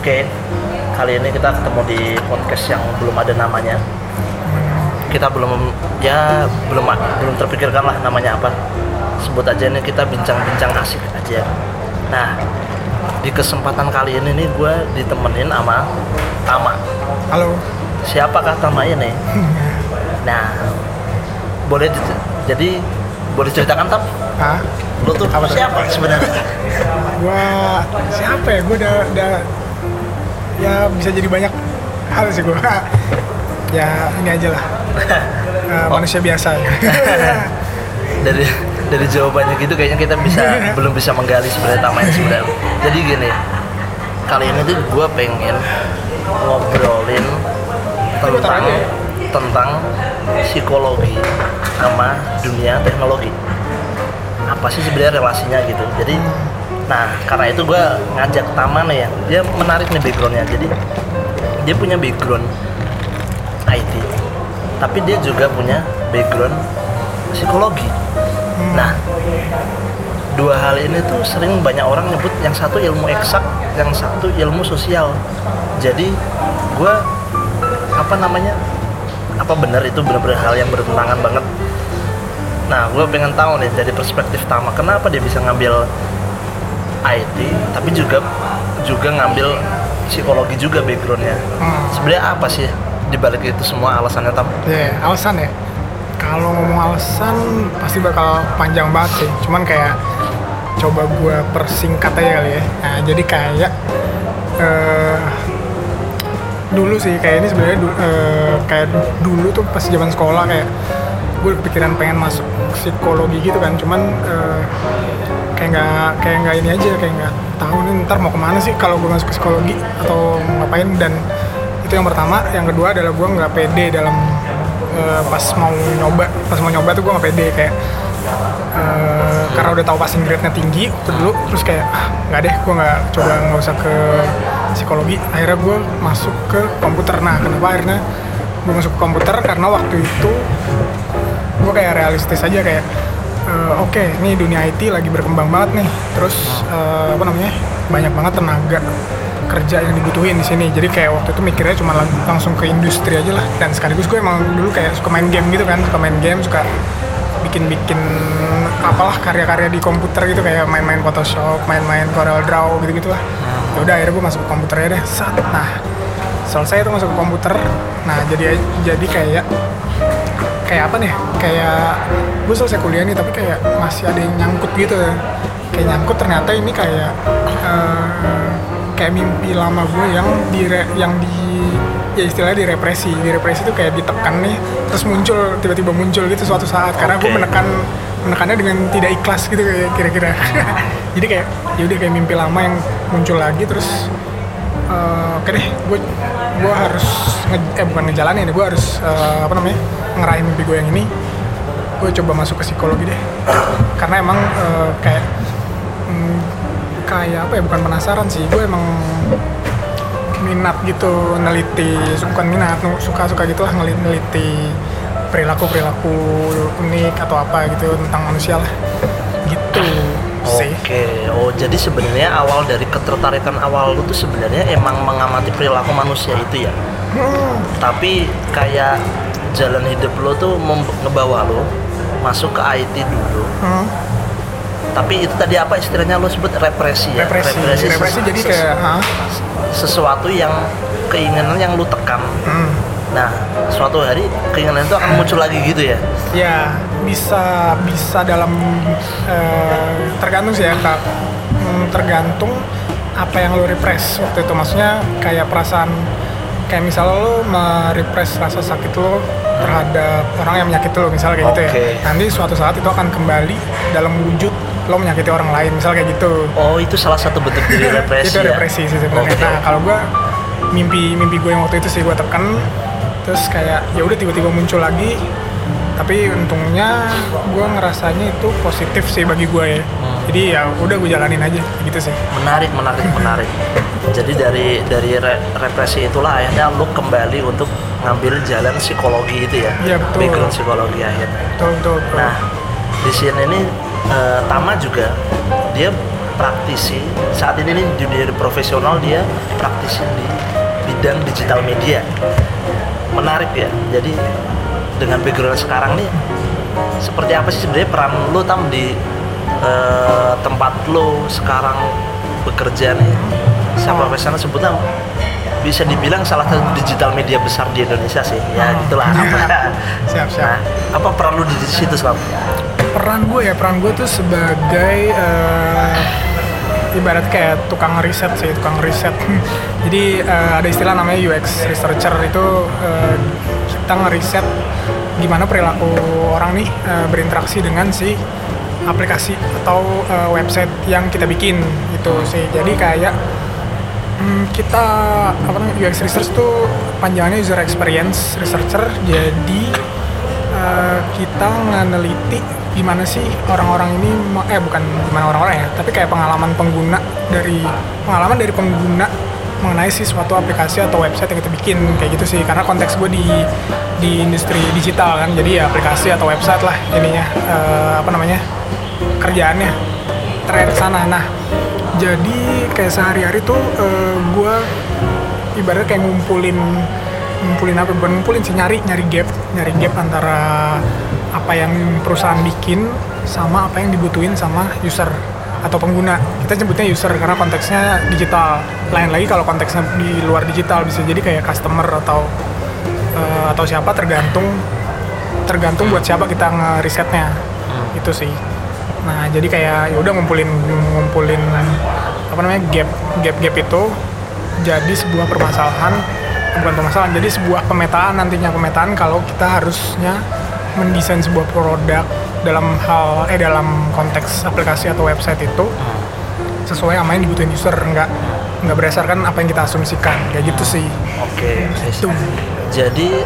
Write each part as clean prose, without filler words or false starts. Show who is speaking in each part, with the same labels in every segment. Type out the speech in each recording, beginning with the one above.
Speaker 1: Oke, kali ini kita ketemu di podcast yang belum ada namanya. Kita belum terpikirkan lah namanya apa. Sebut aja ini kita bincang-bincang asik aja. Nah, di kesempatan kali ini nih gue ditemenin sama Tama.
Speaker 2: Halo.
Speaker 1: Siapakah Tama ini? Nah, boleh ceritakan Tam?
Speaker 2: Hah?
Speaker 1: Lu tuh
Speaker 2: Apa
Speaker 1: siapa sebenarnya?
Speaker 2: Gua siapa ya? Gua udah ya bisa jadi banyak hal sih gua. Ya ini aja lah. Manusia biasa.
Speaker 1: dari jawabannya gitu kayaknya kita belum bisa menggali sebenarnya Tama ini sebenarnya. Jadi gini, kali ini tuh gue pengen ngobrolin tentang psikologi sama dunia teknologi. Apa sih sebenarnya relasinya gitu. Jadi, nah karena itu gue ngajak Tama nih ya. Dia menarik nih backgroundnya. Jadi dia punya background IT, tapi dia juga punya background psikologi. Nah, dua hal ini tuh sering banyak orang nyebut yang satu ilmu eksak, yang satu ilmu sosial. Jadi gue apa benar itu benar-benar hal yang bertentangan banget. Nah, gue pengen tahu nih dari perspektif Tama, kenapa dia bisa ngambil IT tapi juga ngambil psikologi juga backgroundnya. Sebenarnya apa sih dibalik itu semua alasannya Tam?
Speaker 2: Alasan ya. Kalau ngomong alasan pasti bakal panjang banget sih. Cuman kayak coba gue persingkat aja kali ya. Nah, jadi kayak dulu sih kayak ini sebenarnya kayak dulu tuh pas zaman sekolah kayak gue kepikiran pengen masuk psikologi gitu kan. Cuman kayak nggak ini aja, kayak nggak tahu nih ntar mau kemana sih kalau gue masuk psikologi atau ngapain. Dan itu yang pertama. Yang kedua adalah gue nggak pede dalam pas mau nyoba tuh gue nggak pede kayak karena udah tahu passing grade-nya tinggi waktu dulu, terus kayak nggak deh, gue nggak usah ke psikologi. Akhirnya gue masuk ke komputer. Nah, kenapa akhirnya gue masuk ke komputer? Karena waktu itu gue kayak realistis aja kayak oke, nih dunia IT lagi berkembang banget nih, terus banyak banget tenaga kerja yang dibutuhin di sini. Jadi kayak waktu itu mikirnya cuma langsung ke industri aja lah. Dan sekaligus gue emang dulu kayak suka main game gitu kan, suka bikin apalah karya-karya di komputer gitu, kayak main-main Photoshop, main-main Corel Draw gitu-gitu lah. Ya udah akhirnya gue masuk ke komputer ya deh. Nah, selesai itu masuk ke komputer. Nah, jadi kayak apa nih? Kayak gue selesai kuliah nih tapi kayak masih ada yang nyangkut gitu ya. Kayak nyangkut, ternyata ini kayak mimpi lama gue yang istilahnya direpresi itu kayak ditekan nih, terus tiba-tiba muncul gitu suatu saat. Karena gue menekannya dengan tidak ikhlas gitu kayak kira-kira. Jadi kayak yaudah kayak mimpi lama yang muncul lagi, terus oke deh, gue harus bukan ngejalanin, gue harus ngeraih mimpi gue yang ini. Gue coba masuk ke psikologi deh, karena emang kayak apa ya, bukan penasaran sih, gue emang minat gitu neliti, bukan minat, suka gitulah neliti perilaku unik atau apa gitu tentang manusia lah gitu sih.
Speaker 1: Oke, jadi sebenarnya awal dari ketertarikan awal lu tuh sebenarnya emang mengamati perilaku manusia itu ya. Tapi kayak jalan hidup lu tuh ngebawa lu masuk ke IT dulu. Tapi itu tadi apa istilahnya lo sebut represi ya?
Speaker 2: Represi jadi kayak
Speaker 1: sesuatu yang keinginan yang lu tekan. Nah, suatu hari keinginan itu akan muncul lagi gitu ya?
Speaker 2: Ya, bisa dalam tergantung sih ya Kak. Tergantung apa yang lo repress waktu itu. Maksudnya kayak perasaan, kayak misalnya lo merepress rasa sakit lo terhadap orang yang menyakiti lo misalnya kayak gitu ya. Nanti suatu saat itu akan kembali dalam wujud lo menyakiti orang lain misalnya kayak gitu.
Speaker 1: Oh, itu salah satu bentuk dari represi.
Speaker 2: Itu represi sih sebenarnya. Nah, kalau gue mimpi gue yang waktu itu sih gue tekan, terus kayak ya udah tiba-tiba muncul lagi. Tapi untungnya gue ngerasanya itu positif sih bagi gue ya. Jadi ya udah gue jalanin aja gitu sih.
Speaker 1: Menarik. Jadi dari represi itulah akhirnya lo kembali untuk ngambil jalan psikologi itu ya.
Speaker 2: Iya, betul.
Speaker 1: Background psikologi akhirnya.
Speaker 2: Betul.
Speaker 1: Nah, di sini ini Tama juga dia praktisi saat ini nih dunia profesional, dia praktisi di bidang digital media. Menarik ya. Jadi dengan background sekarang nih, seperti apa sih sebenarnya peran lo Tam di tempat lo sekarang bekerja nih? Saya profesional sebutnya bisa dibilang salah satu digital media besar di Indonesia sih. Ya gitulah.
Speaker 2: Siap.
Speaker 1: Nah, apa peran lo di situ selama?
Speaker 2: Peran gue tuh sebagai ibarat kayak tukang riset. Jadi ada istilah namanya UX researcher, itu kita ngeriset gimana perilaku orang nih berinteraksi dengan si aplikasi atau website yang kita bikin gitu sih. Jadi kayak kita UX research tuh panjangannya user experience researcher. Jadi kita nganaliti gimana sih orang-orang ini, bukan gimana orang-orang ya, tapi kayak pengalaman dari pengguna mengenai si suatu aplikasi atau website yang kita bikin, kayak gitu sih. Karena konteks gue di industri digital kan, jadi ya aplikasi atau website lah ininya, kerjaannya terkait sana. Nah, jadi kayak sehari-hari tuh gue ibaratnya kayak ngumpulin sih, nyari gap antara apa yang perusahaan bikin sama apa yang dibutuhin sama user atau pengguna. Kita sebutnya user karena konteksnya digital. Lain lagi kalau konteksnya di luar digital, bisa jadi kayak customer atau siapa, tergantung buat siapa kita ngerisetnya. Itu sih. Nah, jadi kayak ya udah ngumpulin gap itu jadi sebuah jadi sebuah pemetaan kalau kita harusnya mendesain sebuah produk dalam konteks aplikasi atau website itu sesuai sama yang dibutuhin user, nggak berdasarkan apa yang kita asumsikan, kayak gitu sih.
Speaker 1: Oke. Jadi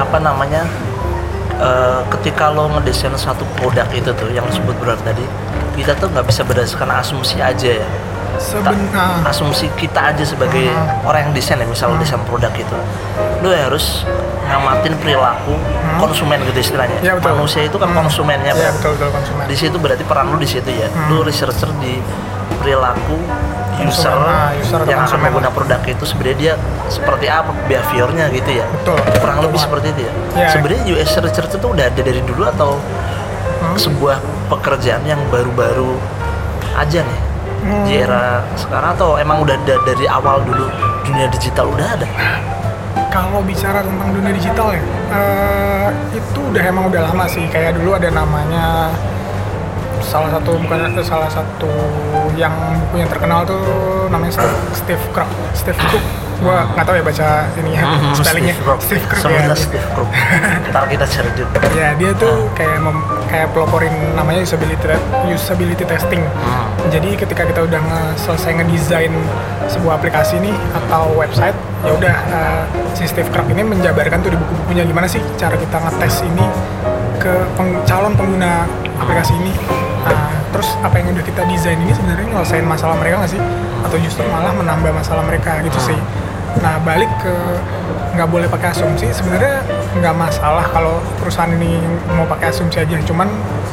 Speaker 1: ketika lo ngedesain satu produk itu tuh yang disebut produk tadi, kita tuh nggak bisa berdasarkan asumsi aja ya. Asumsi kita aja sebagai orang yang desain ya, misal desain produk itu, lo harus ngamatin perilaku konsumen gitu istilahnya.
Speaker 2: Ya,
Speaker 1: manusia itu kan konsumennya.
Speaker 2: Ya, betul konsumen.
Speaker 1: Di situ berarti peran lo di situ ya. Lo researcher di perilaku user yang akan menggunakan produk itu, sebenarnya dia seperti apa behaviornya gitu ya.
Speaker 2: Betul.
Speaker 1: Kurang lebih seperti itu ya. Sebenarnya UX researcher itu udah ada dari dulu atau sebuah pekerjaan yang baru-baru aja nih di era sekarang, atau emang udah ada dari awal dulu dunia digital udah ada?
Speaker 2: Kalau bicara tentang dunia digital ya, itu emang udah lama sih. Kayak dulu ada namanya salah satu yang buku yang terkenal tuh namanya Steve Krug. Gua nggak tahu ya baca ini ya spellingnya. Steve Krug ya.
Speaker 1: Ntar kita cari dulu.
Speaker 2: Ya, dia tuh kayak peloporin namanya usability testing. Jadi ketika kita udah selesai ngedesain sebuah aplikasi nih atau website, ya udah si Steve Krug ini menjabarkan tuh di buku-bukunya gimana sih cara kita ngetes ini ke calon pengguna aplikasi ini. Nah, terus apa yang udah kita desain ini sebenarnya nyelesain masalah mereka nggak sih? Atau justru malah menambah masalah mereka gitu sih. Nah, balik ke nggak boleh pakai asumsi, sebenarnya nggak masalah kalau perusahaan ini mau pakai asumsi aja. Cuman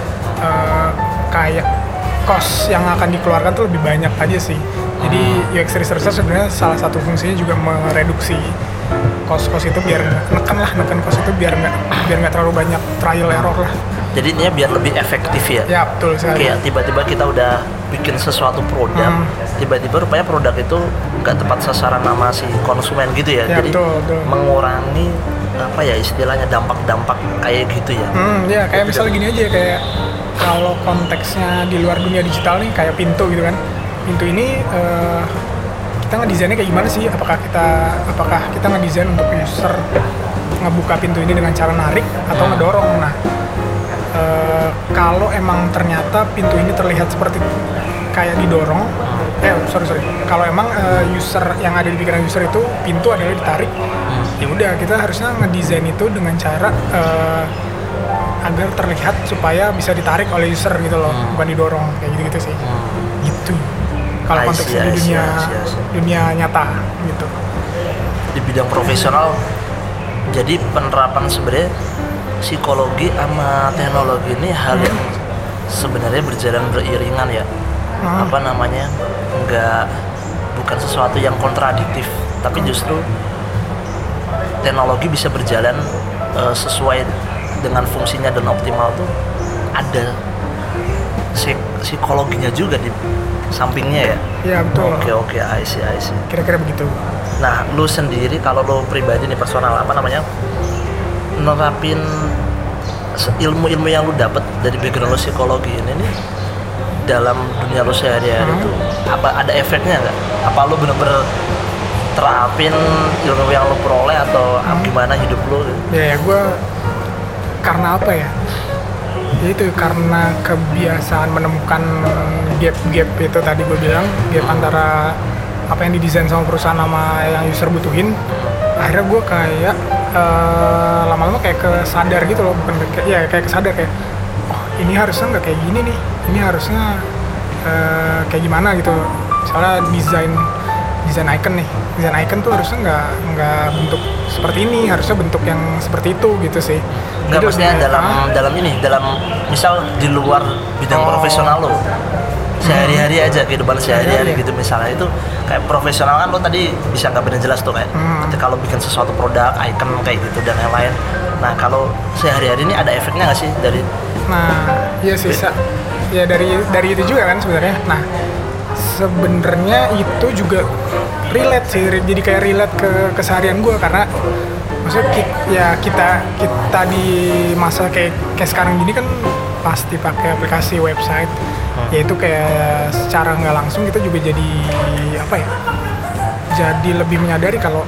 Speaker 2: kayak cost yang akan dikeluarkan tuh lebih banyak aja sih. Jadi UX researcher sebenarnya salah satu fungsinya juga mereduksi cost itu, biar neken cost itu biar nggak terlalu banyak trial error lah.
Speaker 1: Jadi ini biar lebih efektif ya.
Speaker 2: Ya, betul sekali.
Speaker 1: Kayak tiba-tiba kita udah bikin sesuatu produk, tiba-tiba rupanya produk itu nggak tepat sasaran sama si konsumen gitu ya. Jadi
Speaker 2: betul.
Speaker 1: mengurangi apa ya istilahnya dampak-dampak kayak gitu ya.
Speaker 2: Ya kayak misalnya gini aja, kayak kalau konteksnya di luar dunia digital nih kayak pintu gitu kan. Pintu ini kita ngedesainnya kayak gimana sih? Apakah kita ngedesain untuk user ngebuka pintu ini dengan cara narik atau ngedorong? Nah, kalau emang ternyata pintu ini terlihat seperti kayak didorong, kalau emang user yang ada di pikiran user itu pintu adalah ditarik, ya udah kita harusnya ngedesain itu dengan cara agar terlihat supaya bisa ditarik oleh user gitu loh, bukan didorong kayak gitu sih. Gitu. Kalau konteksnya di dunia nyata gitu.
Speaker 1: Di bidang profesional, jadi penerapan sebenarnya psikologi sama teknologi ini hal yang sebenarnya berjalan beriringan ya. apa namanya, bukan sesuatu yang kontradiktif, tapi justru teknologi bisa berjalan sesuai dengan fungsinya dan optimal tuh ada psikologinya juga di sampingnya ya.
Speaker 2: Iya betul.
Speaker 1: Oke, I see.
Speaker 2: Kira-kira begitu.
Speaker 1: Nah, lu sendiri kalau lu pribadi nih personal apa namanya, nerapin ilmu-ilmu yang lu dapat dari background lu psikologi ini nih dalam dunia lu sehari-hari tuh apa ada efeknya nggak? Apa lu bener-bener terapin ilmu yang lu peroleh atau gimana hidup lu?
Speaker 2: Ya gue karena apa ya? Ya itu karena kebiasaan menemukan gap itu tadi gue bilang, gap antara apa yang didesain sama perusahaan sama yang user butuhin. Akhirnya gue kayak lama-lama kayak kesadar gitu loh, bukan kayak kesadar kayak oh ini harusnya nggak kayak gini nih, ini harusnya kayak gimana gitu. Misalnya desain icon tuh harusnya nggak bentuk seperti ini, harusnya bentuk yang seperti itu gitu sih.
Speaker 1: Nggak, maksudnya dalam misal di luar bidang profesional lo sehari-hari aja, kehidupan sehari-hari gitu misalnya, itu kayak profesional kan lo tadi bisa nggak benar jelas tuh kayak ketika lo bikin sesuatu produk, icon kayak gitu dan lain-lain. Nah kalau sehari-hari ini ada efeknya nggak sih dari?
Speaker 2: Nah iya sih, ya dari itu juga kan sebenarnya. Nah sebenarnya itu juga relate sih, jadi kayak relate ke keseharian gue karena maksudnya kita di masa kayak sekarang gini kan pasti pakai aplikasi website, yaitu kayak secara nggak langsung kita juga jadi apa ya, jadi lebih menyadari kalau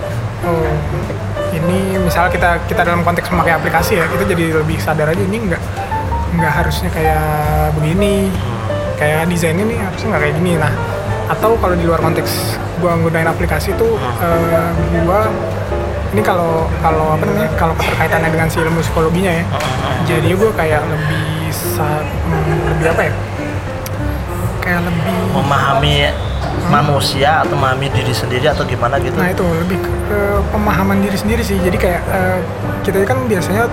Speaker 2: ini misalnya kita dalam konteks memakai aplikasi ya, kita jadi lebih sadar aja ini nggak harusnya kayak begini, kayak desainnya nih harusnya nggak kayak gini. Nah atau kalau di luar konteks gue nggunain aplikasi tuh gue ini kalau apa namanya, kalau keterkaitannya dengan si ilmu psikologinya ya, jadi gue kayak lebih apa ya, kayak lebih
Speaker 1: memahami manusia atau memahami diri sendiri atau gimana gitu.
Speaker 2: Nah itu lebih ke pemahaman diri sendiri sih. Jadi kayak kita kan biasanya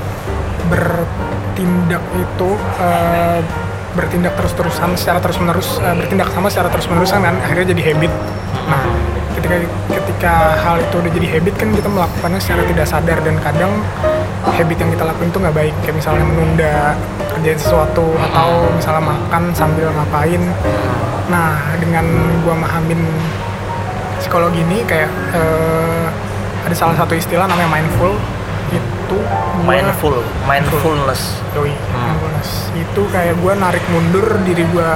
Speaker 2: bertindak terus-terusan secara terus-menerus, bertindak sama secara terus-menerusan kan, akhirnya jadi habit. Nah ketika hal itu udah jadi habit kan kita melakukannya secara tidak sadar, dan kadang habit yang kita lakuin itu nggak baik, kayak misalnya menunda kerjain sesuatu atau misalnya makan sambil ngapain. Nah dengan gua mahamin psikologi ini kayak ada salah satu istilah namanya mindful. Itu mindfulness. Itu kayak gue narik mundur diri gue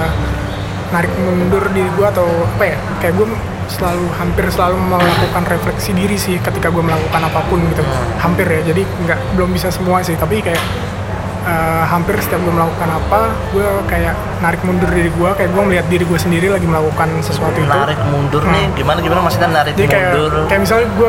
Speaker 2: atau apa ya, kayak gue hampir selalu melakukan refleksi diri sih ketika gue melakukan apapun gitu. Hampir ya, jadi belum bisa semua sih, tapi kayak hampir setiap gue melakukan apa, gue kayak narik mundur diri gue, kayak gue melihat diri gue sendiri lagi melakukan sesuatu itu.
Speaker 1: Narik mundur nih gimana maksudnya narik
Speaker 2: jadi
Speaker 1: mundur?
Speaker 2: Kayak misalnya gue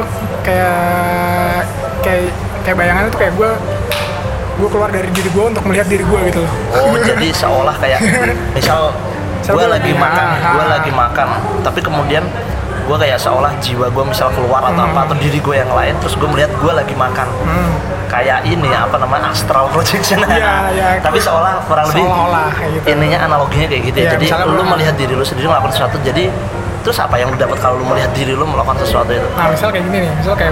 Speaker 2: kayak bayangannya tuh kayak gue keluar dari diri gue untuk melihat diri gue gitu loh.
Speaker 1: Oh jadi seolah kayak misal gue lagi makan, tapi kemudian gue kayak seolah jiwa gue misal keluar atau diri gue yang lain, terus gue melihat gue lagi makan. Kayak ini apa namanya, astral projection.
Speaker 2: Iya.
Speaker 1: Tapi seolah kurang lebih gitu. Ininya analoginya kayak gitu ya. Jadi lu melihat diri lu sendiri melakukan sesuatu. Jadi terus apa yang lu dapat kalau lu melihat diri lu melakukan sesuatu itu?
Speaker 2: Nah misal kayak gini nih, misal kayak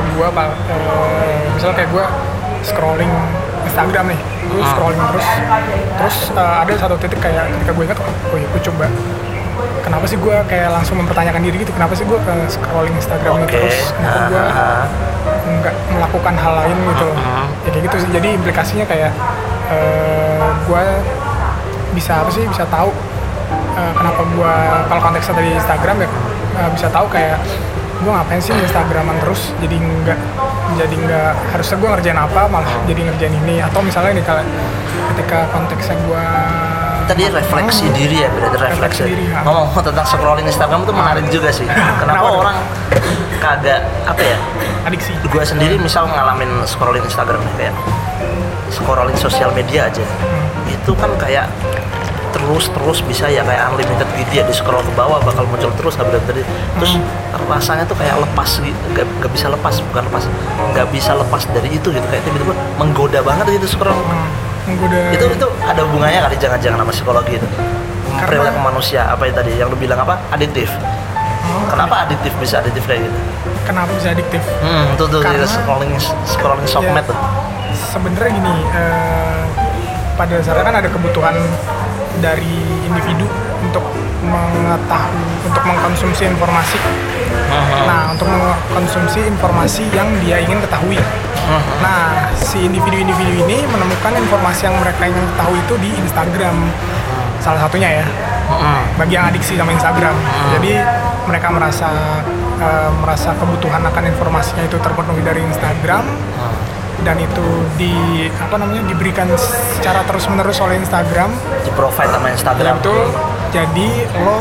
Speaker 2: gue scrolling Instagram nih, gue scrolling terus ada satu titik kayak ketika gue ingat, oh ya gue coba, kenapa sih gue kayak langsung mempertanyakan diri gitu, kenapa sih gue scrolling Instagram ini terus, kenapa gue nggak melakukan hal lain gitu, ya kayak gitu sih. Jadi implikasinya kayak gue bisa tahu kenapa gue, kalau konteksnya dari Instagram ya bisa tahu kayak gue ngapain sih Instagraman terus, jadi nggak harusnya gue ngerjain apa malah jadi ngerjain ini. Atau misalnya nih ketika konteksnya gue
Speaker 1: tadi refleksi diri ya, berarti refleksi diri. Ngomong tentang scrolling Instagram itu menarik juga sih. Kenapa orang kagak apa ya,
Speaker 2: adiksi?
Speaker 1: Gue sendiri misal ngalamin scrolling Instagram kayak scrolling sosial media aja, itu kan kayak terus bisa ya, kayak unlimited gitu ya, di scroll ke bawah bakal muncul terus terus rasanya tuh kayak lepas gitu, nggak bisa lepas dari itu gitu, kayak tiba-tiba menggoda banget gitu scroll.
Speaker 2: Menggoda.
Speaker 1: Itu ada hubungannya kali jangan-jangan sama psikologi itu? perilaku manusia apa yang tadi yang lu bilang apa adiktif. Kenapa adiktif bisa adiktif kayak gitu?
Speaker 2: Kenapa bisa adiktif?
Speaker 1: Tuh
Speaker 2: Karena,
Speaker 1: scrolling sosmed tuh.
Speaker 2: Sebenarnya gini, pada dasarnya kan ada kebutuhan dari individu untuk mengkonsumsi informasi. Nah, untuk mengkonsumsi informasi yang dia ingin ketahui. Nah, si individu-individu ini menemukan informasi yang mereka ingin ketahui itu di Instagram. Salah satunya ya. Bagi yang adiksi sama Instagram. Jadi mereka merasa kebutuhan akan informasinya itu terpenuhi dari Instagram. Dan itu diberikan secara terus-menerus oleh Instagram.
Speaker 1: Di-provide sama Instagram.
Speaker 2: Itu jadi lo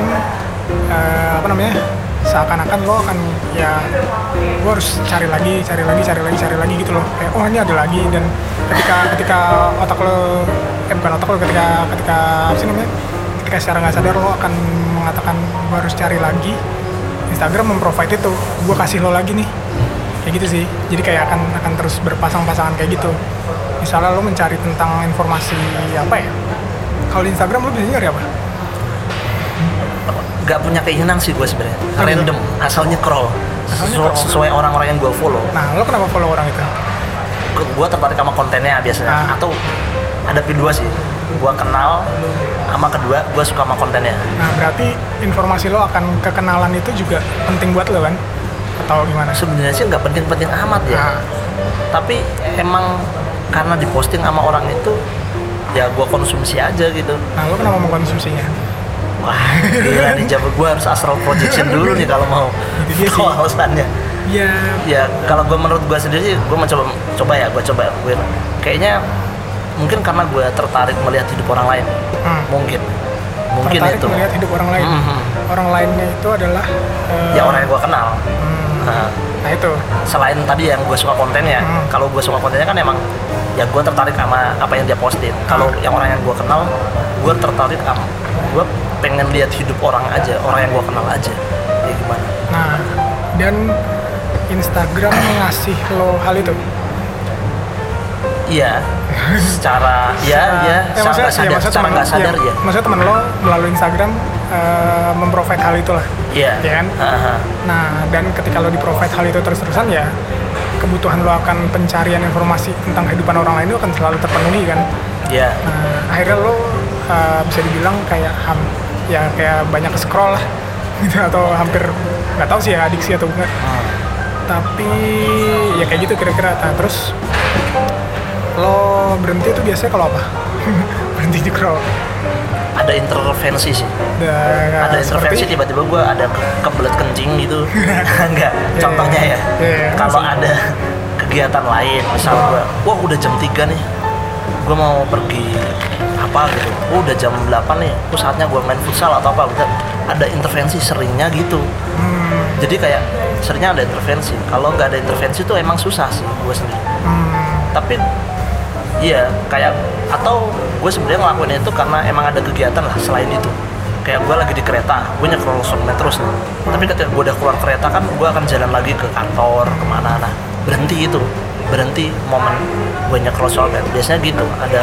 Speaker 2: seakan-akan lo akan ya gue harus cari lagi gitu loh, kayak oh ini ada lagi. Dan ketika otak lo ketika secara nggak sadar lo akan mengatakan gue harus cari lagi, Instagram memprovide itu, gue kasih lo lagi nih, kayak gitu sih. Jadi kayak akan terus berpasang-pasangan kayak gitu. Misalnya lo mencari tentang informasi apa ya, kalau di Instagram lo biasanya nyari apa?
Speaker 1: Gak punya keinginan sih gue sebenarnya, random, asal nge-scroll sesuai orang-orang yang gue follow.
Speaker 2: Nah, lo kenapa follow orang itu?
Speaker 1: Gue tertarik sama kontennya biasanya, atau ada kedua sih, gue kenal, sama kedua gue suka sama kontennya.
Speaker 2: Nah, berarti informasi lo akan kekenalan itu juga penting buat lo kan? Atau gimana?
Speaker 1: Sebenarnya sih nggak penting-penting amat ya, tapi emang karena diposting sama orang itu, ya gue konsumsi aja gitu.
Speaker 2: Nah, lo kenapa mau konsumsinya?
Speaker 1: Wah, gila nih, jawab gue harus astral projection dulu nih kalau mau tahu alasannya. Ya kalau gue menurut gue sendiri sih, gue coba kayaknya mungkin karena gue tertarik melihat hidup orang lain. Mungkin
Speaker 2: tertarik
Speaker 1: itu
Speaker 2: melihat hidup orang lain. Orang lainnya itu adalah
Speaker 1: ya orang yang gue kenal.
Speaker 2: Nah itu
Speaker 1: selain tadi yang gue suka kontennya, kalau gue suka kontennya kan emang ya gue tertarik sama apa yang dia posting. Kalau yang orang yang gue kenal, gue tertarik sama, gue pengen lihat hidup orang yang gue kenal aja, kayak gimana.
Speaker 2: Nah, dan Instagram ngasih lo hal itu?
Speaker 1: Iya, secara nggak sadar ya.
Speaker 2: Maksudnya teman lo melalui Instagram memprovide hal itulah.
Speaker 1: Iya.
Speaker 2: Ya kan? Nah, dan ketika lo di-provide hal itu terus-terusan ya, kebutuhan lo akan pencarian informasi tentang kehidupan orang lain itu akan selalu terpenuhi kan?
Speaker 1: Iya.
Speaker 2: Nah, akhirnya lo bisa dibilang kayak banyak scroll lah gitu, atau hampir nggak tahu sih ya adiksi atau enggak. Tapi ya kayak gitu kira-kira. Nah, terus lo berhenti itu biasanya kalau apa? Berhenti di scroll?
Speaker 1: Ada intervensi sih. Ada intervensi, tiba-tiba gue ada kebelet kencing gitu. Enggak, contohnya ya. Kalau ada kegiatan lain, misal gue, wah udah jam 3 nih, gue mau pergi apa gitu, udah jam 8 nih, saatnya gue main futsal atau apa gitu. Ada intervensi seringnya gitu. Jadi kayak seringnya ada intervensi. Kalau nggak ada intervensi tuh emang susah sih gue sendiri. Tapi iya, kayak atau gue sebenarnya ngelakuin itu karena emang ada kegiatan lah selain itu. Kayak gue lagi di kereta, gue nge-scroll sosmed terus nih. Tapi ketika gue udah keluar kereta kan, gue akan jalan lagi ke kantor, kemana. Nah, berhenti momen gue nge-scroll sosmed. Biasanya gitu, ada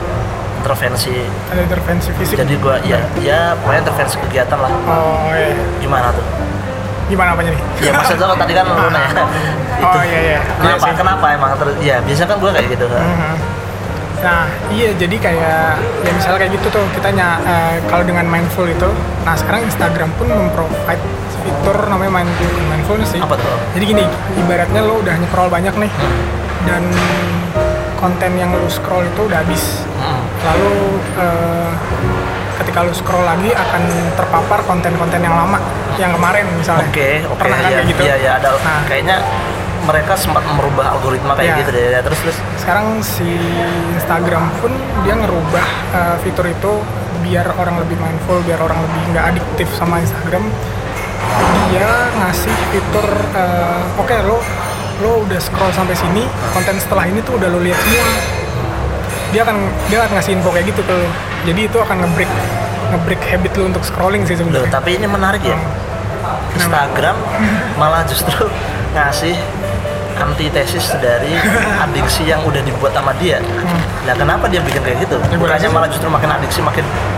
Speaker 1: intervensi fisik. Jadi gue ya pokoknya intervensi kegiatan lah.
Speaker 2: Oh iya.
Speaker 1: Gimana tuh?
Speaker 2: Gimana apanya nih?
Speaker 1: Ya maksudnya tadi kan lu nanya.
Speaker 2: Oh iya.
Speaker 1: Kenapa emang terus? Ya biasanya kan gue kayak gitu kan.
Speaker 2: Nah iya, jadi kayak ya misalnya kayak gitu tuh kita kalau dengan mindful itu, nah sekarang Instagram pun memprovide fitur namanya mindfulness sih.
Speaker 1: Apa tuh?
Speaker 2: Jadi gini, ibaratnya lo udah nge-scroll banyak nih, dan konten yang lo scroll itu udah habis. Lalu ketika lo scroll lagi akan terpapar konten-konten yang lama, yang kemarin misalnya.
Speaker 1: Oke,
Speaker 2: pernah kan kayak gitu?
Speaker 1: Iya ada. Nah, kayaknya mereka sempat merubah algoritma kayak gitu deh. Terus
Speaker 2: sekarang si Instagram pun dia ngerubah fitur itu biar orang lebih mindful, biar orang lebih nggak adiktif sama Instagram. Dia ngasih fitur oke, lo udah scroll sampai sini, konten setelah ini tuh udah lo lihat semua. Dia akan ngasih info kayak gitu ke lo. Jadi itu akan nge-break habit lo untuk scrolling sih sebenarnya.
Speaker 1: Tapi ini menarik ya. Instagram malah justru ngasih antitesis dari adiksi yang udah dibuat sama dia. Nah, kenapa dia bikin kayak gitu? Bukannya malah justru makin adiksi, makin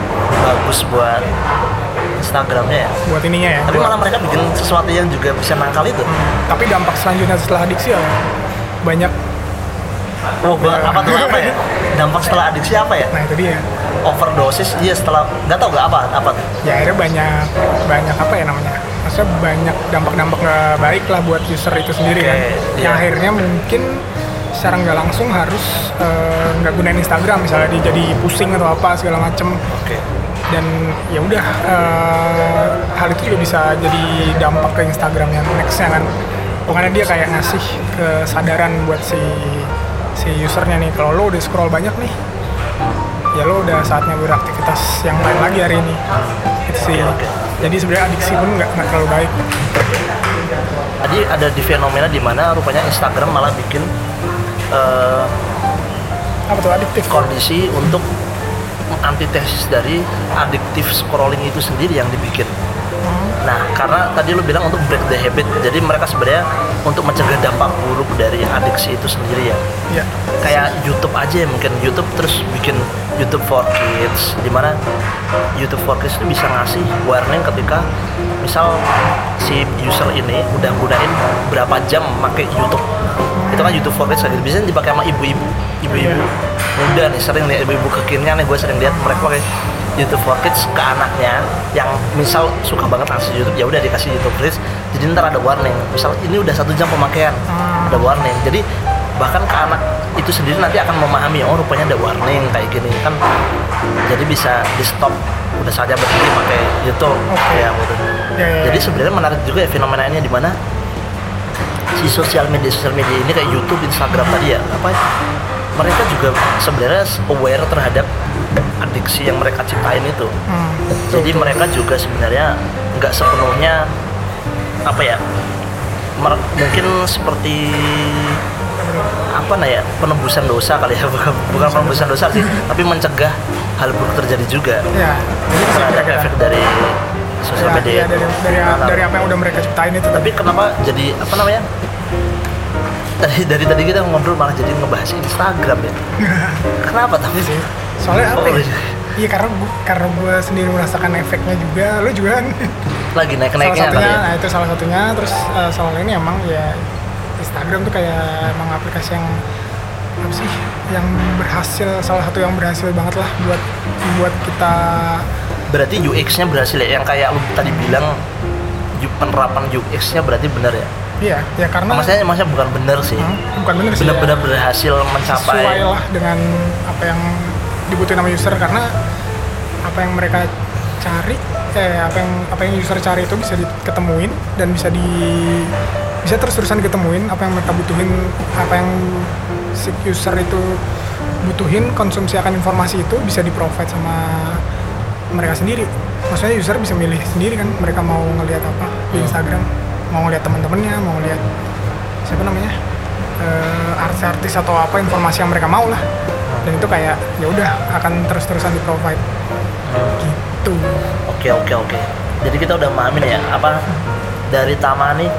Speaker 1: bagus buat Instagramnya ya.
Speaker 2: buat ininya ya.
Speaker 1: Tapi malah mereka bikin sesuatu yang juga bisa nakal itu.
Speaker 2: Tapi dampak selanjutnya setelah adiksi ya banyak.
Speaker 1: Apa tuh apa ya? Dampak setelah adiksi apa ya?
Speaker 2: Nah itu dia.
Speaker 1: Overdosis, iya setelah nggak tahu nggak apa tuh.
Speaker 2: Ya akhirnya banyak apa ya namanya? Maksudnya banyak dampak-dampak nggak baik lah buat user itu sendiri kan.
Speaker 1: Iya.
Speaker 2: Yang akhirnya mungkin secara nggak langsung harus nggak gunain Instagram misalnya dia jadi pusing atau apa segala macem.
Speaker 1: Oke.
Speaker 2: Dan ya udah hal itu juga bisa jadi dampak ke Instagram yang nextnya kan. Makanya dia kayak ngasih kesadaran buat si usernya nih, kalau lo udah scroll banyak nih, ya lo udah saatnya beraktivitas yang lain lagi hari ini. Itu sih.
Speaker 1: Oke.
Speaker 2: Jadi sebenarnya adiksi pun nggak terlalu baik.
Speaker 1: Tadi ada di fenomena di mana rupanya Instagram malah bikin
Speaker 2: Apa tuh adiktif?
Speaker 1: kondisi untuk antitesis dari adiktif scrolling itu sendiri yang dibikin. Nah, karena tadi lu bilang untuk break the habit, jadi mereka sebenarnya untuk mencegah dampak buruk dari adiksi itu sendiri ya.
Speaker 2: Iya.
Speaker 1: Kayak YouTube aja ya, mungkin YouTube terus bikin YouTube for Kids, di mana YouTube for Kids itu bisa ngasih warning ketika misal si user ini udah gunain berapa jam pakai YouTube. Itu kan YouTube for Kids, biasanya dipakai sama ibu-ibu muda nih, sering nih ibu-ibu kekinian nih, gue sering lihat mereka pakai YouTube for Kids ke anaknya yang misal suka banget ngasih YouTube, ya udah dikasih YouTube Kids, jadi ntar ada warning, misal ini udah 1 jam pemakaian, ada warning, jadi bahkan ke anak itu sendiri nanti akan memahami, oh rupanya ada warning kayak gini kan, jadi bisa di stop, udah saja berhenti pakai YouTube. Ya gitu. Jadi sebenarnya menarik juga ya fenomena ini, di mana si sosial media ini kayak YouTube, Instagram tadi ya, apa mereka juga sebenarnya aware terhadap adiksi yang mereka ciptain itu. Jadi mereka juga sebenarnya nggak sepenuhnya apa ya, mungkin seperti apa ya, penebusan dosa kali ya, bukan penebusan dosa sih, tapi mencegah hal buruk terjadi juga.
Speaker 2: Ya.
Speaker 1: Terhadap efek dari sosial media.
Speaker 2: Ya, dari apa yang udah mereka ciptain itu.
Speaker 1: Tapi kenapa jadi apa namanya? Dari tadi kita ngobrol malah jadi ngebahas Instagram ya. Kenapa tapi
Speaker 2: sih? Soalnya apa ya? Iya karena gue sendiri merasakan efeknya juga. Lo juga kan?
Speaker 1: Lagi naik-naiknya
Speaker 2: salah satunya,
Speaker 1: ya?
Speaker 2: nah itu salah satunya. Terus soal ini emang ya Instagram tuh kayak emang aplikasi yang apa sih? Yang berhasil, salah satu yang berhasil banget lah buat kita.
Speaker 1: Berarti UX-nya berhasil ya? Yang kayak lu tadi bilang penerapan UX-nya berarti benar ya?
Speaker 2: Iya, ya karena
Speaker 1: maksudnya bukan benar sih.
Speaker 2: Bukan benar sih.
Speaker 1: Benar-benar berhasil mencapai.
Speaker 2: Sesuai lah dengan apa yang dibutuhin sama user, karena apa yang mereka cari, apa yang user cari itu bisa diketemuin dan bisa terus-terusan diketemuin apa yang mereka butuhin, apa yang si user itu butuhin, konsumsi akan informasi itu bisa di-provide sama mereka sendiri. Maksudnya user bisa milih sendiri kan, mereka mau ngelihat apa di Instagram, mau ngelihat teman-temannya, mau ngelihat siapa namanya, artis atau apa informasi yang mereka mau lah. Dan itu kayak ya udah akan terus-terusan di-provide. Gitu. Oke.
Speaker 1: Jadi kita udah memahami nih ya, apa dari Tama nih,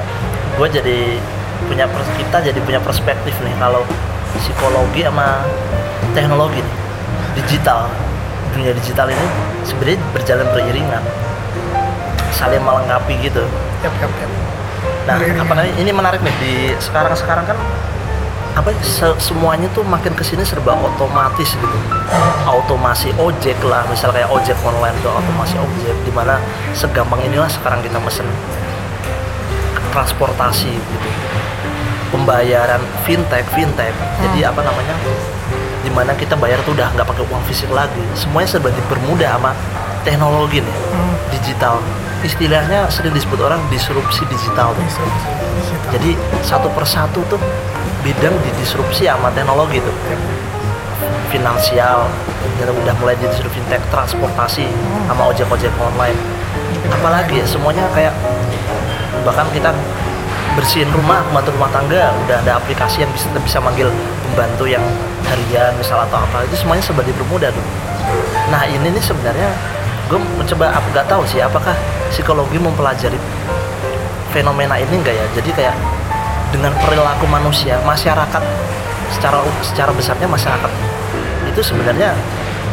Speaker 1: kita jadi punya perspektif nih kalau psikologi sama teknologi nih, dunia digital ini sebenarnya berjalan beriringan, saling melengkapi gitu.
Speaker 2: Yap.
Speaker 1: Nah, apa namanya? Ini menarik nih di sekarang kan apa semuanya tuh makin kesini serba otomatis gitu. Automasi ojek lah, misal kayak ojek online tuh otomasi ojek, dimana segampang inilah sekarang kita mesen transportasi gitu. Pembayaran fintech. Jadi apa namanya? Dimana kita bayar tuh udah nggak pakai uang fisik lagi, semuanya serba dipermudah sama teknologi nih, digital. Istilahnya sering disebut orang disrupsi digital tuh. Jadi satu persatu tuh bidang didisrupsi sama teknologi tuh. Finansial, udah mulai didisrupsi, fintech, transportasi, sama ojek online. Apalagi ya, semuanya kayak bahkan kita bersihin rumah, pembantu rumah tangga, udah ada aplikasi yang bisa manggil pembantu yang harian misal atau apa, itu semuanya serba dipermudah tuh. Nah ini nih sebenarnya gue mencoba, nggak tahu sih apakah psikologi mempelajari fenomena ini enggak ya. Jadi kayak dengan perilaku manusia, masyarakat secara besarnya masyarakat itu sebenarnya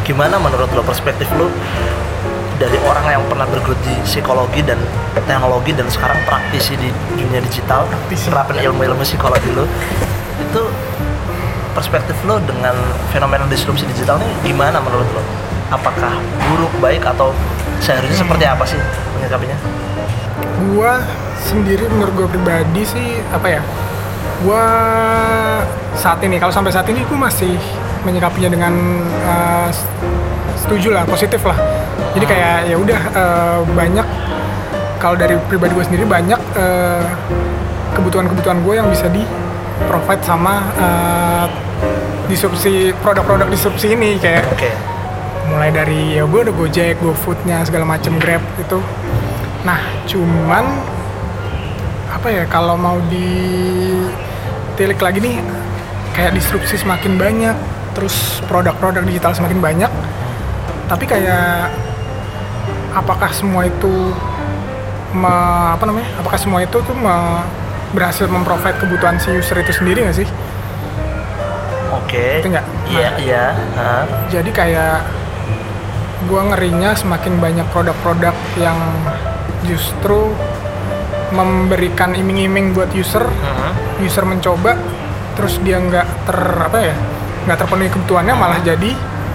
Speaker 1: Gimana menurut lo, perspektif lo dari orang yang pernah bergelut di psikologi dan teknologi dan sekarang praktisi di dunia digital, terapin ilmu-ilmu psikologi lo, itu perspektif lo dengan fenomena disrupsi digital ini gimana menurut lo? Apakah buruk, baik, atau seharusnya seperti apa sih menyikapinya?
Speaker 2: Gua sendiri, menurut gue pribadi sih apa ya, gue saat ini, kalau sampai saat ini gue masih menyikapinya dengan setuju lah, positif lah. Jadi kayak ya udah, banyak, kalau dari pribadi gue sendiri banyak kebutuhan-kebutuhan gue yang bisa di provide sama disrupsi, produk-produk disrupsi ini, kayak mulai dari ya gue ada Gojek, GoFood-nya segala macam, Grab itu. Nah cuman apa ya, kalau mau ditilik lagi nih, kayak disrupsi semakin banyak, terus produk-produk digital semakin banyak, tapi kayak apakah semua itu apakah semua itu tuh berhasil memprovide kebutuhan si user itu sendiri nggak sih?
Speaker 1: Oke.
Speaker 2: Itu nggak?
Speaker 1: Iya.
Speaker 2: Jadi kayak gua ngerinya semakin banyak produk-produk yang justru memberikan iming-iming buat user, user mencoba, terus dia nggak terpenuhi kebutuhannya, malah jadi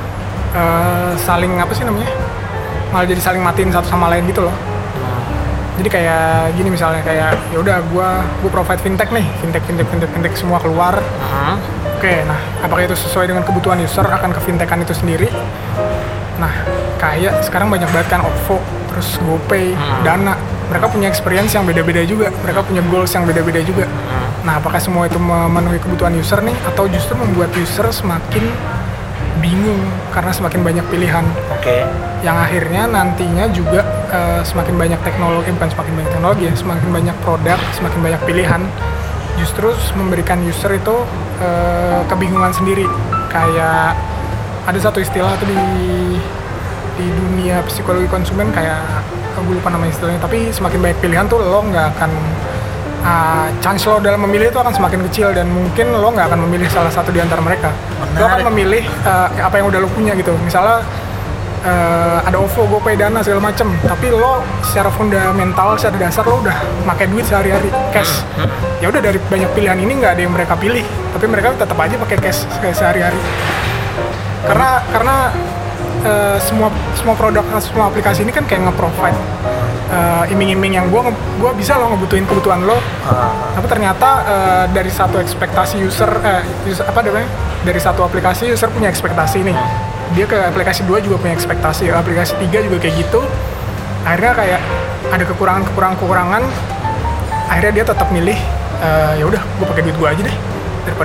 Speaker 2: malah jadi saling matiin satu sama lain gitu loh. Jadi kayak gini misalnya, kayak ya udah gua provide fintech nih, fintech semua keluar. Oke, nah apakah itu sesuai dengan kebutuhan user, akan ke fintechan itu sendiri. Nah kayak sekarang banyak banget kan OVO, terus GoPay, Dana, mereka punya experience yang beda-beda juga, mereka punya goals yang beda-beda juga. Nah apakah semua itu memenuhi kebutuhan user nih, atau justru membuat user semakin bingung karena semakin banyak pilihan. Yang akhirnya nantinya juga semakin banyak teknologi, bukan semakin banyak teknologi ya, semakin banyak produk, semakin banyak pilihan, justru memberikan user itu kebingungan sendiri. Kayak ada satu istilah tuh di dunia psikologi konsumen, kayak gue lupa nama istilahnya, tapi semakin banyak pilihan tuh lo nggak akan chance lo dalam memilih itu akan semakin kecil, dan mungkin lo nggak akan memilih salah satu di antara mereka. Lo akan memilih apa yang udah lo punya gitu. Misalnya ada OVO, GoPay, Dana segala macem, tapi lo secara fundamental, secara dasar lo udah pakai duit sehari-hari, cash. Ya udah, dari banyak pilihan ini nggak ada yang mereka pilih, tapi mereka tetap aja pakai cash kayak sehari-hari. Karena semua produk, semua aplikasi ini kan kayak nge-provide iming-iming yang gue bisa lo ngebutuhin kebutuhan lo, tapi ternyata dari satu ekspektasi dari satu aplikasi user punya ekspektasi nih, dia ke aplikasi 2 juga punya ekspektasi, aplikasi 3 juga kayak gitu. Akhirnya kayak ada kekurangan, akhirnya dia tetap milih ya udah gue pakai duit gue aja deh, daripada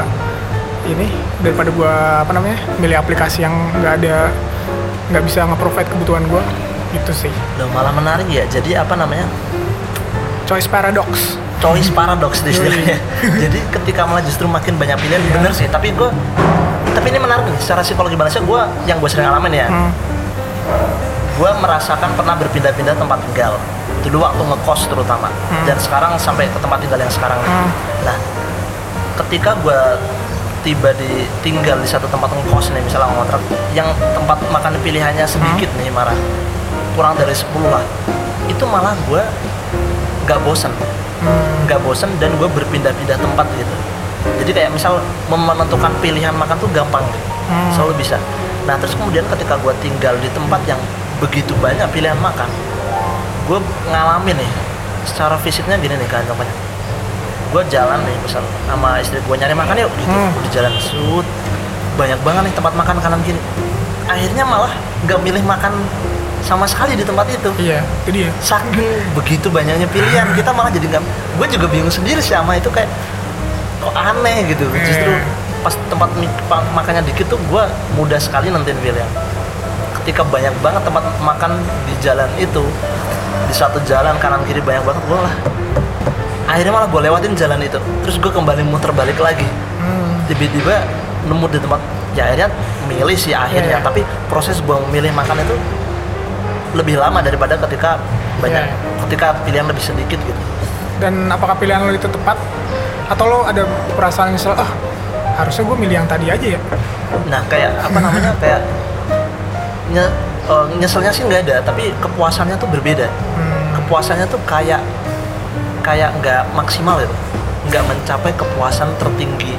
Speaker 2: gue milih aplikasi yang nggak bisa nge-provide kebutuhan gue. Gitu sih.
Speaker 1: Loh, malah menarik ya. Jadi
Speaker 2: choice paradox
Speaker 1: istilahnya. Jadi ketika malah justru makin banyak pilihan, bener sih. Tapi ini menarik nih, secara psikologi balasnya yang gue sering alamin ya. Gue merasakan pernah berpindah-pindah tempat tinggal. Itu dulu waktu ngekos terutama. Dan sekarang sampai ke tempat tinggal yang sekarang. Nah, ketika gue tinggal di satu tempat ngekos nih, misalnya ngontrak, yang tempat makan pilihannya sedikit nih, kurang dari 10 lah, itu malah gue nggak bosen dan gue berpindah-pindah tempat gitu. Jadi kayak misal menentukan pilihan makan tuh gampang gitu. Selalu bisa. Nah terus kemudian ketika gue tinggal di tempat yang begitu banyak pilihan makan, gue ngalamin nih secara fisiknya gini nih kan, contohnya gue jalan nih misal sama istri gue nyari makan yuk gitu, di jalan banyak banget nih tempat makan kanan kiri, akhirnya malah nggak milih makan sama sekali di tempat itu.
Speaker 2: Iya, itu dia.
Speaker 1: Saking begitu banyaknya pilihan, kita malah jadi nggak. Gue juga bingung sendiri sama itu, kayak kok aneh gitu. Justru pas tempat makannya dikit tuh gue mudah sekali nentuin pilihan. Ketika banyak banget tempat makan di jalan itu, di satu jalan kanan kiri banyak banget, akhirnya malah gue lewatin jalan itu. Terus gue kembali muter balik lagi. Tiba-tiba nemu di tempat, ya akhirnya milih sih akhirnya. Tapi proses gue memilih makan itu lebih lama daripada ketika ketika pilihan lebih sedikit gitu.
Speaker 2: Dan apakah pilihan lo itu tepat, atau lo ada perasaan nyesel, harusnya gue milih yang tadi aja ya?
Speaker 1: Nah kayak kayak Nyeselnya sih nggak ada, tapi kepuasannya tuh berbeda. Kepuasannya tuh kayak nggak maksimal gitu, nggak mencapai kepuasan tertinggi.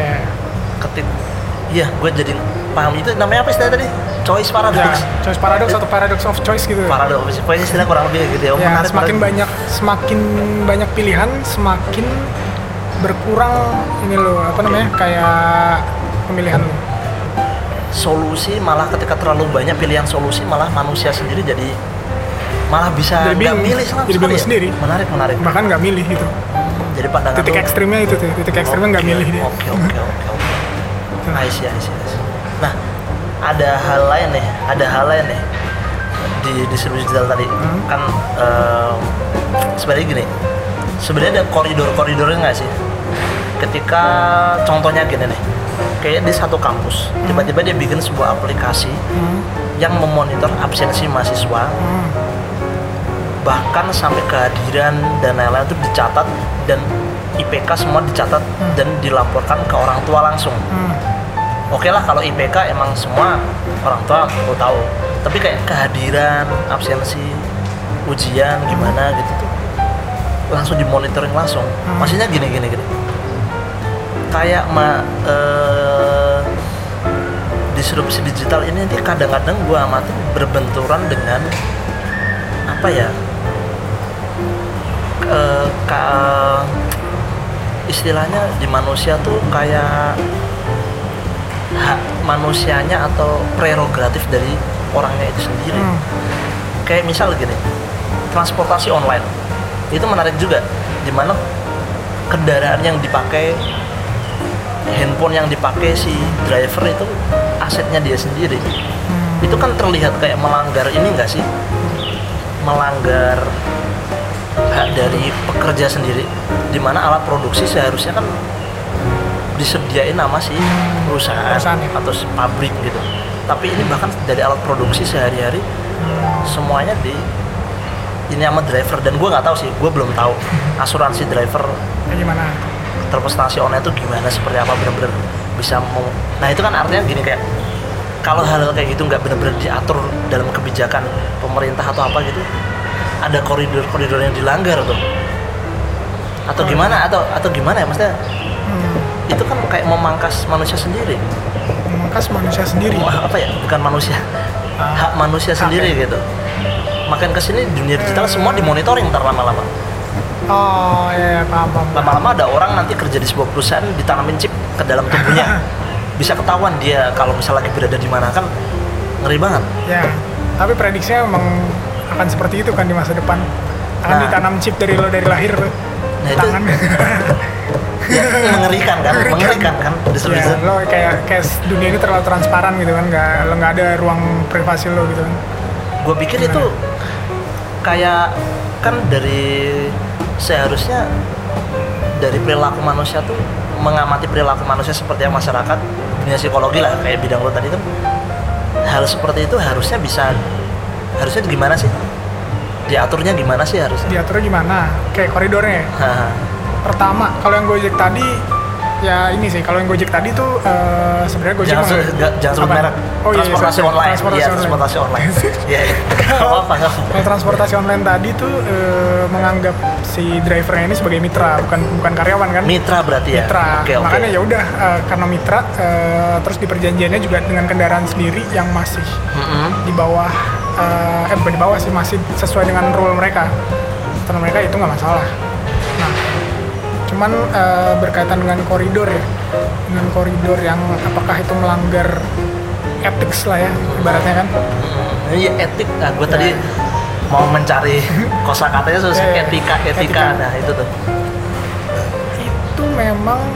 Speaker 1: Iya, gue jadi paham itu namanya apa istilahnya tadi? Choice paradox.
Speaker 2: Ya, choice paradox atau paradox of choice gitu.
Speaker 1: Paradox, pokoknya istilah kurang lebih gitu ya.
Speaker 2: Ya, semakin banyak pilihan, semakin berkurang ini loh, apa namanya, kayak pemilihan lo.
Speaker 1: Solusi malah ketika terlalu banyak pilihan solusi malah manusia sendiri jadi malah bisa nggak milih sama
Speaker 2: jadi bingung sendiri.
Speaker 1: Menarik.
Speaker 2: Bahkan nggak milih gitu.
Speaker 1: Jadi pandangan
Speaker 2: titik ekstrimnya itu tuh, ekstrimnya nggak milih dia.
Speaker 1: Oke. I see. Nah, ada hal lain nih di distribusi digital tadi. Kan sebenarnya gini. Sebenarnya ada koridornya nggak sih? Ketika contohnya gini nih. Kayak di satu kampus, tiba-tiba dia bikin sebuah aplikasi yang memonitor absensi mahasiswa, bahkan sampai kehadiran dan lain-lain itu dicatat dan IPK semua dicatat dan dilaporkan ke orang tua langsung. Oke lah kalau IPK emang semua orang tua perlu tahu, tapi kayak kehadiran, absensi, ujian gimana gitu tuh langsung dimonitoring langsung. Maksudnya gini. Kayak disrupsi digital ini nanti kadang-kadang gue amati berbenturan dengan apa ya, istilahnya di manusia tuh kayak hak manusianya atau prerogatif dari orangnya itu sendiri. Kayak misal gini, transportasi online itu menarik juga, dimana kendaraan yang dipakai, handphone yang dipakai si driver itu asetnya dia sendiri. Itu kan terlihat kayak melanggar ini nggak sih? Melanggar hak dari pekerja sendiri, dimana alat produksi seharusnya kan disediain sama si perusahaan atau si pabrik gitu. Tapi ini bahkan dari alat produksi sehari-hari semuanya ini sama driver, dan gue nggak tahu sih, gue belum tahu asuransi driver
Speaker 2: gimana,
Speaker 1: transportasi online itu gimana, seperti apa, benar-benar bisa nah itu kan artinya gini, kayak kalau hal-hal kayak gitu nggak benar-benar diatur dalam kebijakan pemerintah atau apa gitu, ada koridor yang dilanggar tuh, atau gimana ya maksudnya. Itu kan kayak memangkas manusia sendiri. Apa ya, bukan manusia, hak manusia sendiri gitu. Makin kesini dunia digital semua dimonitoring ntar lama-lama.
Speaker 2: Oh iya, paham.
Speaker 1: Lama-lama ada orang nanti kerja di sebuah perusahaan ditanamin chip ke dalam tubuhnya. Bisa ketahuan dia kalau misalnya lagi berada di mana, kan ngeri banget.
Speaker 2: Ya, tapi prediksinya memang akan seperti itu kan di masa depan. Akan ditanam chip dari lahir tangan.
Speaker 1: Ya, mengerikan kan
Speaker 2: ya, lo kayak dunia ini terlalu transparan gitu kan, nggak ada ruang privasi lo gitu kan.
Speaker 1: Gue pikir itu kayak kan seharusnya dari perilaku manusia tuh, mengamati perilaku manusia seperti yang masyarakat, dunia psikologi lah kayak bidang lo tadi tuh, hal seperti itu harusnya gimana sih? Diaturnya gimana sih harusnya?
Speaker 2: Diaturnya gimana? Kayak koridornya ya? Pertama, kalau yang Gojek tadi, ya ini sih, kalau yang Gojek tadi tuh sebenarnya Gojek
Speaker 1: jangan sebut merek. Transportasi online. Transportasi online. Iya. Kalau
Speaker 2: transportasi online tadi tuh menganggap si drivernya ini sebagai mitra, bukan karyawan kan?
Speaker 1: Mitra berarti ya.
Speaker 2: Mitra. Makanya ya udah karena mitra, terus di perjanjiannya juga dengan kendaraan sendiri yang masih di bawah, bukan di bawah sih, masih sesuai dengan rule mereka. Karena mereka itu nggak masalah. Nah, cuman berkaitan dengan koridor ya, dengan koridor yang apakah itu melanggar etik lah ya ibaratnya kan.
Speaker 1: Iya, etik. Nah, gue tadi mau mencari kosakatanya sesuai etika. Nah itu tuh.
Speaker 2: Itu memang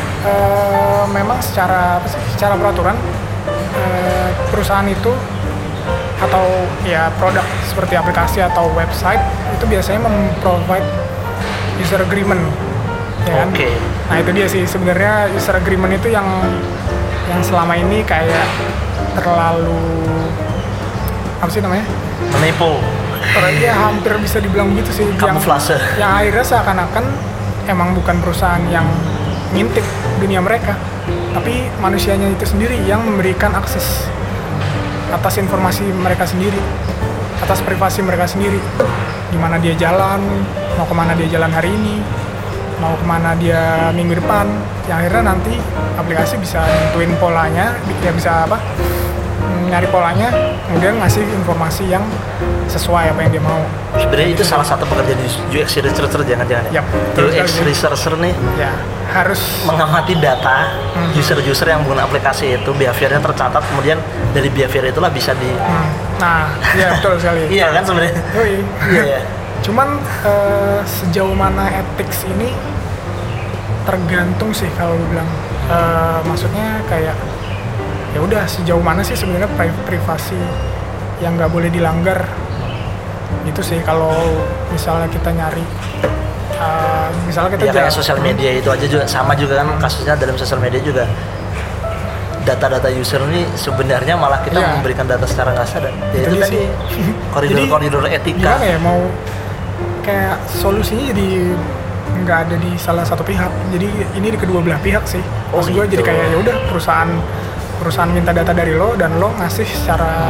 Speaker 2: secara peraturan perusahaan itu atau ya produk seperti aplikasi atau website itu biasanya memprovide user agreement. Ya kan? Nah itu dia sih sebenarnya, user agreement itu yang selama ini kayak terlalu apa sih namanya?
Speaker 1: Menipu.
Speaker 2: Ya hampir bisa dibilang begitu sih.
Speaker 1: Kamuflase.
Speaker 2: Yang akhirnya seakan-akan emang bukan perusahaan yang ngintip dunia mereka, tapi manusianya itu sendiri yang memberikan akses atas informasi mereka sendiri, atas privasi mereka sendiri. Gimana dia jalan, mau kemana dia jalan hari ini, mau kemana dia minggu depan. Yang akhirnya nanti aplikasi bisa nentuin polanya, dia bisa nyari polanya, kemudian ngasih informasi yang sesuai apa yang dia mau.
Speaker 1: Sebenarnya itu salah satu pekerjaan UX researcher jangan-jangan ya?
Speaker 2: Yap,
Speaker 1: UX researcher nih
Speaker 2: ya harus
Speaker 1: mengamati data user-user yang menggunakan aplikasi itu, behaviornya tercatat, kemudian dari behavior itulah bisa di
Speaker 2: nah, iya betul sekali.
Speaker 1: iya kan sebenarnya? Iya.
Speaker 2: Cuman sejauh mana ethics ini tergantung sih kalau gue bilang. Maksudnya kayak ya udah sejauh mana sih sebenarnya privasi yang nggak boleh dilanggar gitu sih. Kalau misalnya kita nyari misalnya kita
Speaker 1: kayak sosial media itu aja juga sama juga kan kasusnya. Dalam sosial media juga data-data user ini sebenarnya malah kita memberikan data secara nggak sadar ya. Itu tadi koridor etika.
Speaker 2: Gimana ya, mau kayak solusinya jadi nggak ada di salah satu pihak, jadi ini di kedua belah pihak sih. Maksud gue
Speaker 1: gitu.
Speaker 2: jadi kayak ya udah perusahaan minta data dari lo dan lo ngasih secara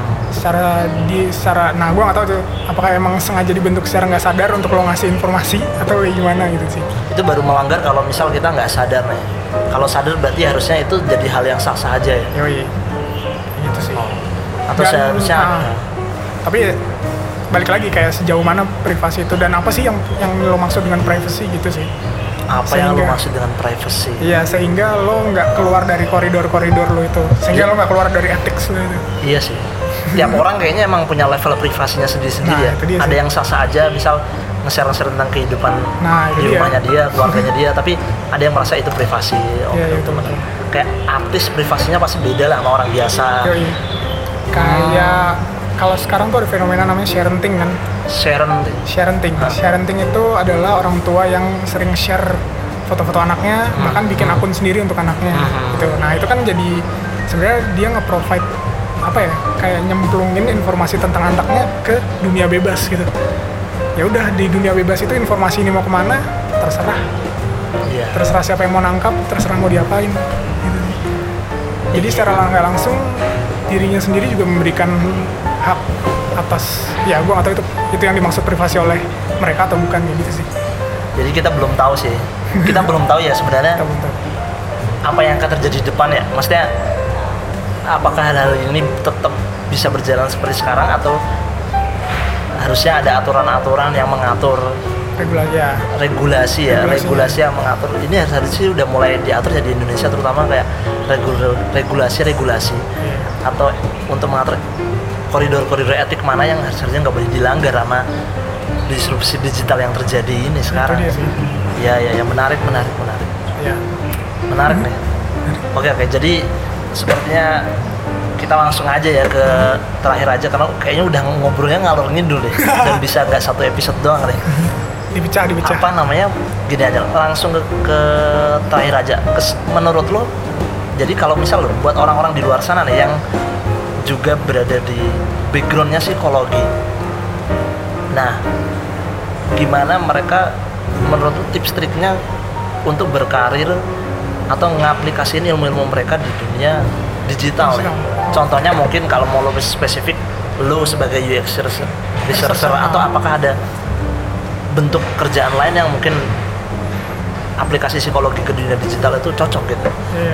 Speaker 2: nah gue nggak tahu tuh apakah emang sengaja dibentuk secara nggak sadar untuk lo ngasih informasi atau gimana gitu sih.
Speaker 1: Itu baru melanggar kalau misal kita nggak sadar nih. Kalau sadar berarti harusnya itu jadi hal yang sah-sah aja ya.
Speaker 2: Yoi, gitu sih.
Speaker 1: Atau seharusnya
Speaker 2: tapi balik lagi kayak sejauh mana privasi itu dan apa sih yang lo maksud dengan privacy gitu sih.
Speaker 1: Apa yang lo maksud dengan privacy? Iya,
Speaker 2: sehingga lo nggak keluar dari koridor lo itu, sehingga lo nggak keluar dari ethics lo itu.
Speaker 1: Iya sih. Tiap orang kayaknya emang punya level privasinya sendiri-sendiri ya. Ada yang sah-sah aja, misal nge-share tentang kehidupan di rumahnya dia, keluarganya dia, tapi ada yang merasa itu privasi. Kayak artis privasinya pasti beda lah sama orang biasa.
Speaker 2: Kayak kalau sekarang tuh ada fenomena namanya sharenting kan. Sharenting itu adalah orang tua yang sering share foto-foto anaknya, bahkan bikin akun sendiri untuk anaknya gitu. Nah, itu kan jadi sebenarnya dia nge-provide kayak nyemplungin informasi tentang anaknya ke dunia bebas gitu. Ya udah, di dunia bebas itu informasi ini mau kemana terserah. Terserah siapa yang mau nangkap, terserah mau diapain gitu. Jadi secara nggak langsung dirinya sendiri juga memberikan hak atas, ya gue nggak tahu itu yang dimaksud privasi oleh mereka atau bukan gitu sih.
Speaker 1: Jadi kita belum tahu sih. Kita belum tahu ya sebenarnya apa yang akan terjadi di depan ya. Maksudnya apakah hal ini tetap bisa berjalan seperti sekarang atau harusnya ada aturan-aturan yang mengatur regulasi yang mengatur. Ini harusnya udah mulai diatur ya di Indonesia, terutama kayak regulasi atau untuk mengatur koridor-koridor etik mana yang harusnya nggak boleh dilanggar sama disrupsi digital yang terjadi ini sekarang. Ya, menarik.
Speaker 2: Ya.
Speaker 1: Menarik nih. Oke, jadi sepertinya kita langsung aja ya ke terakhir aja, karena kayaknya udah ngobrolnya ngalor ngidul deh dan bisa nggak satu episode doang deh.
Speaker 2: Dipecah.
Speaker 1: Apa namanya, gini aja, langsung ke terakhir aja. Menurut lo, jadi kalau misal lo buat orang-orang di luar sana nih yang juga berada di backgroundnya psikologi, nah gimana mereka menurut lo tips triknya untuk berkarir atau ngaplikasiin ilmu-ilmu mereka di dunia digital nih? Contohnya mungkin kalau mau lebih spesifik, lo sebagai UX researcher atau apakah ada bentuk kerjaan lain yang mungkin aplikasi psikologi ke dunia digital itu cocok gitu?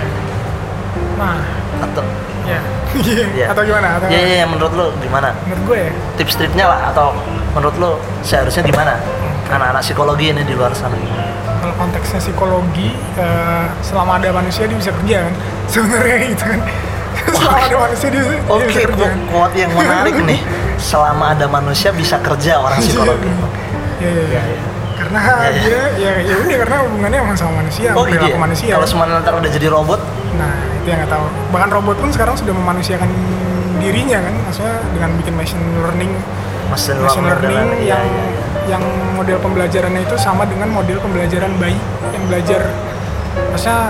Speaker 2: Atau gimana?
Speaker 1: Iya, menurut lo gimana?
Speaker 2: Menurut gue ya?
Speaker 1: Tips triknya lah, atau menurut lo seharusnya gimana anak-anak psikologi ini di luar sana?
Speaker 2: Kalau konteksnya psikologi, selama ada manusia dia bisa kerja kan? Sebenarnya gitu kan. Selama ada manusia dia bisa kerja.
Speaker 1: Quote yang menarik nih. Selama ada manusia bisa kerja orang psikologi.
Speaker 2: Iya. Karena dia udah karena hubungannya emang sama manusia, perilaku manusia.
Speaker 1: Kalau semua nanti udah jadi robot,
Speaker 2: nah itu yang nggak tahu. Bahkan robot pun sekarang sudah memanusiakan dirinya kan, maksudnya dengan bikin machine learning yang model pembelajarannya itu sama dengan model pembelajaran bayi yang belajar. Maksudnya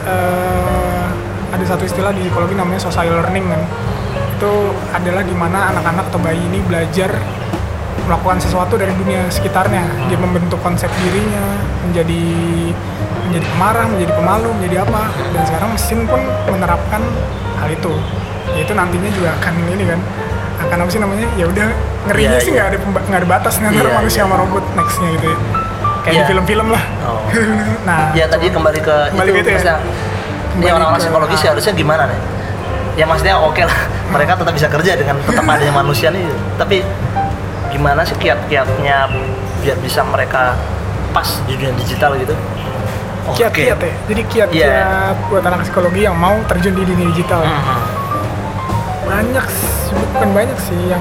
Speaker 2: ada satu istilah di psikologi namanya social learning kan. Itu adalah dimana anak-anak atau bayi ini belajar melakukan sesuatu dari dunia sekitarnya. Dia membentuk konsep dirinya, menjadi pemarah, menjadi pemalu, menjadi apa. Dan sekarang mesin pun menerapkan hal itu. ya itu nantinya juga akan ini kan, akan apa sih namanya, ya udah ngerinya sih nggak ada batas nih antara manusia sama robot nextnya gitu ya, kayak di film-film lah. Nah
Speaker 1: ya tadi kembali ke itu ya. Ini orang-orang psikologi seharusnya gimana nih? Ya maksudnya oke lah, mereka tetap bisa kerja dengan tetap adanya manusia nih, tapi gimana sih kiat-kiatnya biar bisa mereka pas di dunia digital gitu?
Speaker 2: Kiat-kiat ya, jadi kiat-kiat buat anak psikologi yang mau terjun di dunia digital. Bukan banyak sih yang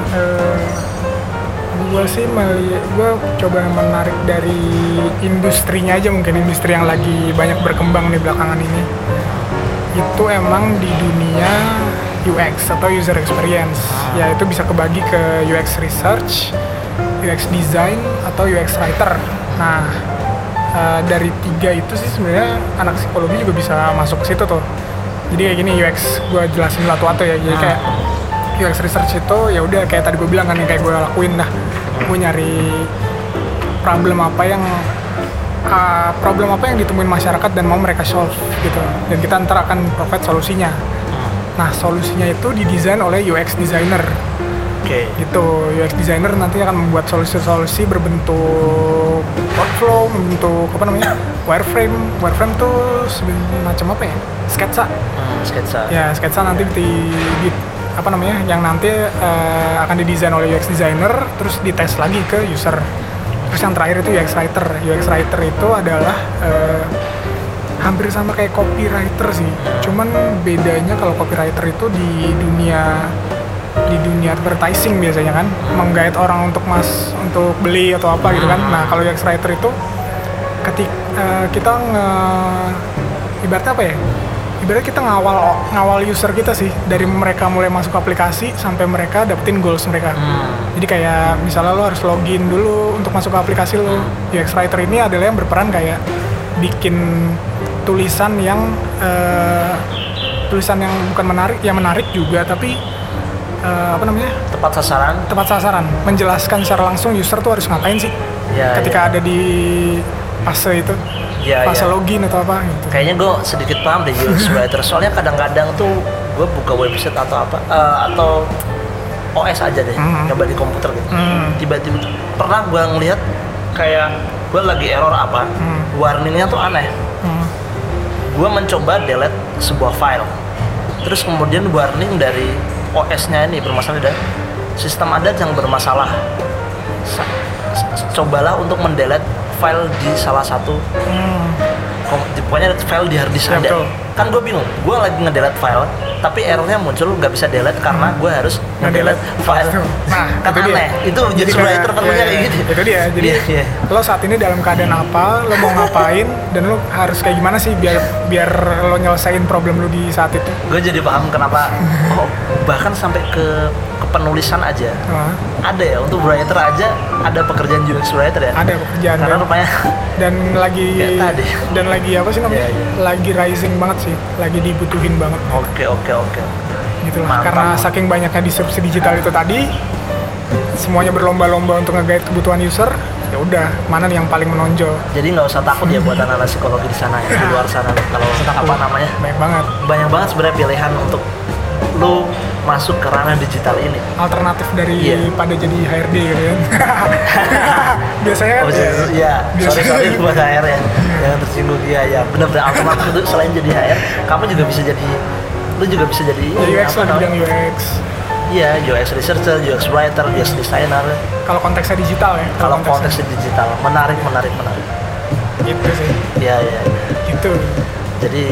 Speaker 2: gue coba menarik dari industrinya aja, mungkin industri yang lagi banyak berkembang nih belakangan ini. Itu emang di dunia UX atau user experience, ya itu bisa kebagi ke UX research, UX design atau UX writer. Nah dari 3 itu sih sebenarnya anak psikologi juga bisa masuk ke situ tuh. Jadi kayak gini, UX gue jelasin satu-satu ya. Jadi kayak UX research itu ya udah kayak tadi gue bilang kan, yang kayak gue lakuin dah, gue nyari problem apa yang ditemuin masyarakat dan mau mereka solve gitu, dan kita ntar akan provide solusinya. Nah solusinya itu didesain oleh UX designer. Gitu, UX designer nanti akan membuat solusi-solusi berbentuk workflow, membentuk apa namanya, wireframe tuh semacam apa ya, sketsa. Ya sketsa nanti di apa namanya, yang nanti akan didesain oleh UX designer, terus dites lagi ke user. Terus yang terakhir itu UX writer. UX writer itu adalah hampir sama kayak copywriter sih. Cuman bedanya kalau copywriter itu di dunia advertising biasanya kan, menggait orang untuk beli atau apa gitu kan. Nah kalau UX writer itu kita ibaratnya apa ya? Ibaratnya kita ngawal user kita sih, dari mereka mulai masuk aplikasi sampai mereka dapetin goals mereka. Jadi kayak misalnya lo harus login dulu untuk masuk ke aplikasi lo. UX writer ini adalah yang berperan kayak bikin tulisan yang bukan menarik juga, tapi tepat sasaran, menjelaskan secara langsung user tuh harus ngapain sih ketika ada di fase itu. Fase login atau apa gitu.
Speaker 1: Kayaknya gue sedikit paham deh UX writer, soalnya kadang-kadang tuh gue buka website atau apa atau OS aja deh, coba di komputer gitu. Tiba-tiba pernah gue ngeliat kayak gue lagi error apa, warningnya tuh aneh. Gue mencoba delete sebuah file, terus kemudian warning dari OS-nya ini bermasalah, dan sistem ada yang bermasalah. Cobalah untuk mendelete file di salah satu pokoknya file di hard disk ada. Kan gue bingung, gue lagi ngedelete file tapi errornya muncul nggak bisa delete karena gue harus ngedelete file.
Speaker 2: Nah
Speaker 1: kan
Speaker 2: itu
Speaker 1: aneh, itu jadi writer perlunya kayak gitu.
Speaker 2: Itu dia, jadi lo saat ini dalam keadaan apa, lo mau ngapain, dan lo harus kayak gimana sih biar lo nyelesain problem lo di saat itu.
Speaker 1: Gue jadi paham kenapa bahkan sampai ke penulisan aja ada ya, untuk writer aja ada pekerjaan UX writer ya,
Speaker 2: ada pekerjaan
Speaker 1: karena rupanya
Speaker 2: dan lagi apa sih namanya, lagi rising banget sih, lagi dibutuhin banget.
Speaker 1: Oke
Speaker 2: Gitu lah, karena saking banyaknya disrupsi digital itu tadi, semuanya berlomba-lomba untuk nge-guide kebutuhan user. Ya udah, mana nih yang paling menonjol.
Speaker 1: Jadi nggak usah takut ya buat anak psikologi di sana ya, di luar sana kalau apa namanya, banyak banget sebenarnya pilihan untuk lu masuk ke ranah digital ini.
Speaker 2: Alternatif dari pada jadi HRD gitu kan. Biasanya kan sorry
Speaker 1: buat HR ya yang tersinggung. Ya benar-benar alternatif itu selain jadi HR, kamu juga bisa jadi, lu juga bisa jadi
Speaker 2: UX lah, bidang UX.
Speaker 1: Iya, UX researcher, UX writer, UX designer.
Speaker 2: Kalau konteksnya digital ya.
Speaker 1: Kalau konteksnya digital, menarik.
Speaker 2: Gitu sih.
Speaker 1: Iya.
Speaker 2: Gitu.
Speaker 1: Jadi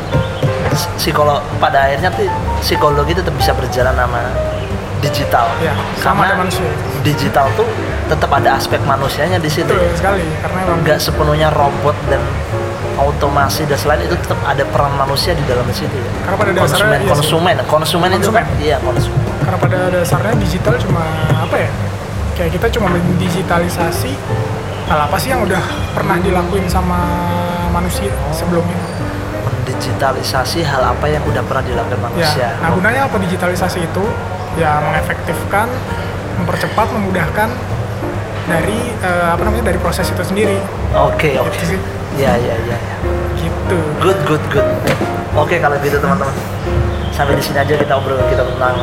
Speaker 1: pada akhirnya tuh psikologi tetap bisa berjalan sama digital.
Speaker 2: Ya, sama ada manusia.
Speaker 1: Digital tuh tetap ada aspek manusianya di situ.
Speaker 2: Betul sekali, karena emang
Speaker 1: nggak sepenuhnya robot dan otomasi dan selain itu tetap ada peran manusia di dalam situ ya.
Speaker 2: Karena pada dasarnya
Speaker 1: konsumen itu kan konsumen.
Speaker 2: Karena pada dasarnya digital cuma apa ya? Kayak kita cuma mendigitalisasi hal apa sih yang udah pernah dilakuin sama manusia sebelumnya.
Speaker 1: Digitalisasi hal apa yang udah pernah dilakukan manusia.
Speaker 2: Nah gunanya apa digitalisasi itu? Ya mengefektifkan, mempercepat, memudahkan dari dari proses itu sendiri.
Speaker 1: Oke.
Speaker 2: Gitu sih.
Speaker 1: Ya.
Speaker 2: Gitu.
Speaker 1: Good. Oke kalau gitu teman-teman. Sampai di sini aja kita obrol kita tentang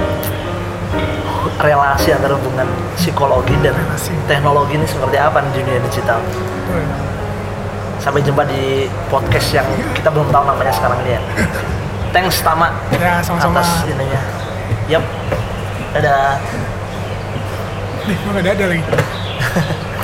Speaker 1: relasi antara hubungan psikologi dan
Speaker 2: Relasi.
Speaker 1: teknologi ini seperti apa di dunia digital.
Speaker 2: Betul.
Speaker 1: Sampai jumpa di podcast yang kita belum tahu namanya sekarang ini ya. Thanks Tama
Speaker 2: Ya, sama-sama.
Speaker 1: atas ininya. Yap. Dadah.
Speaker 2: Nih, gua nggak ada lagi.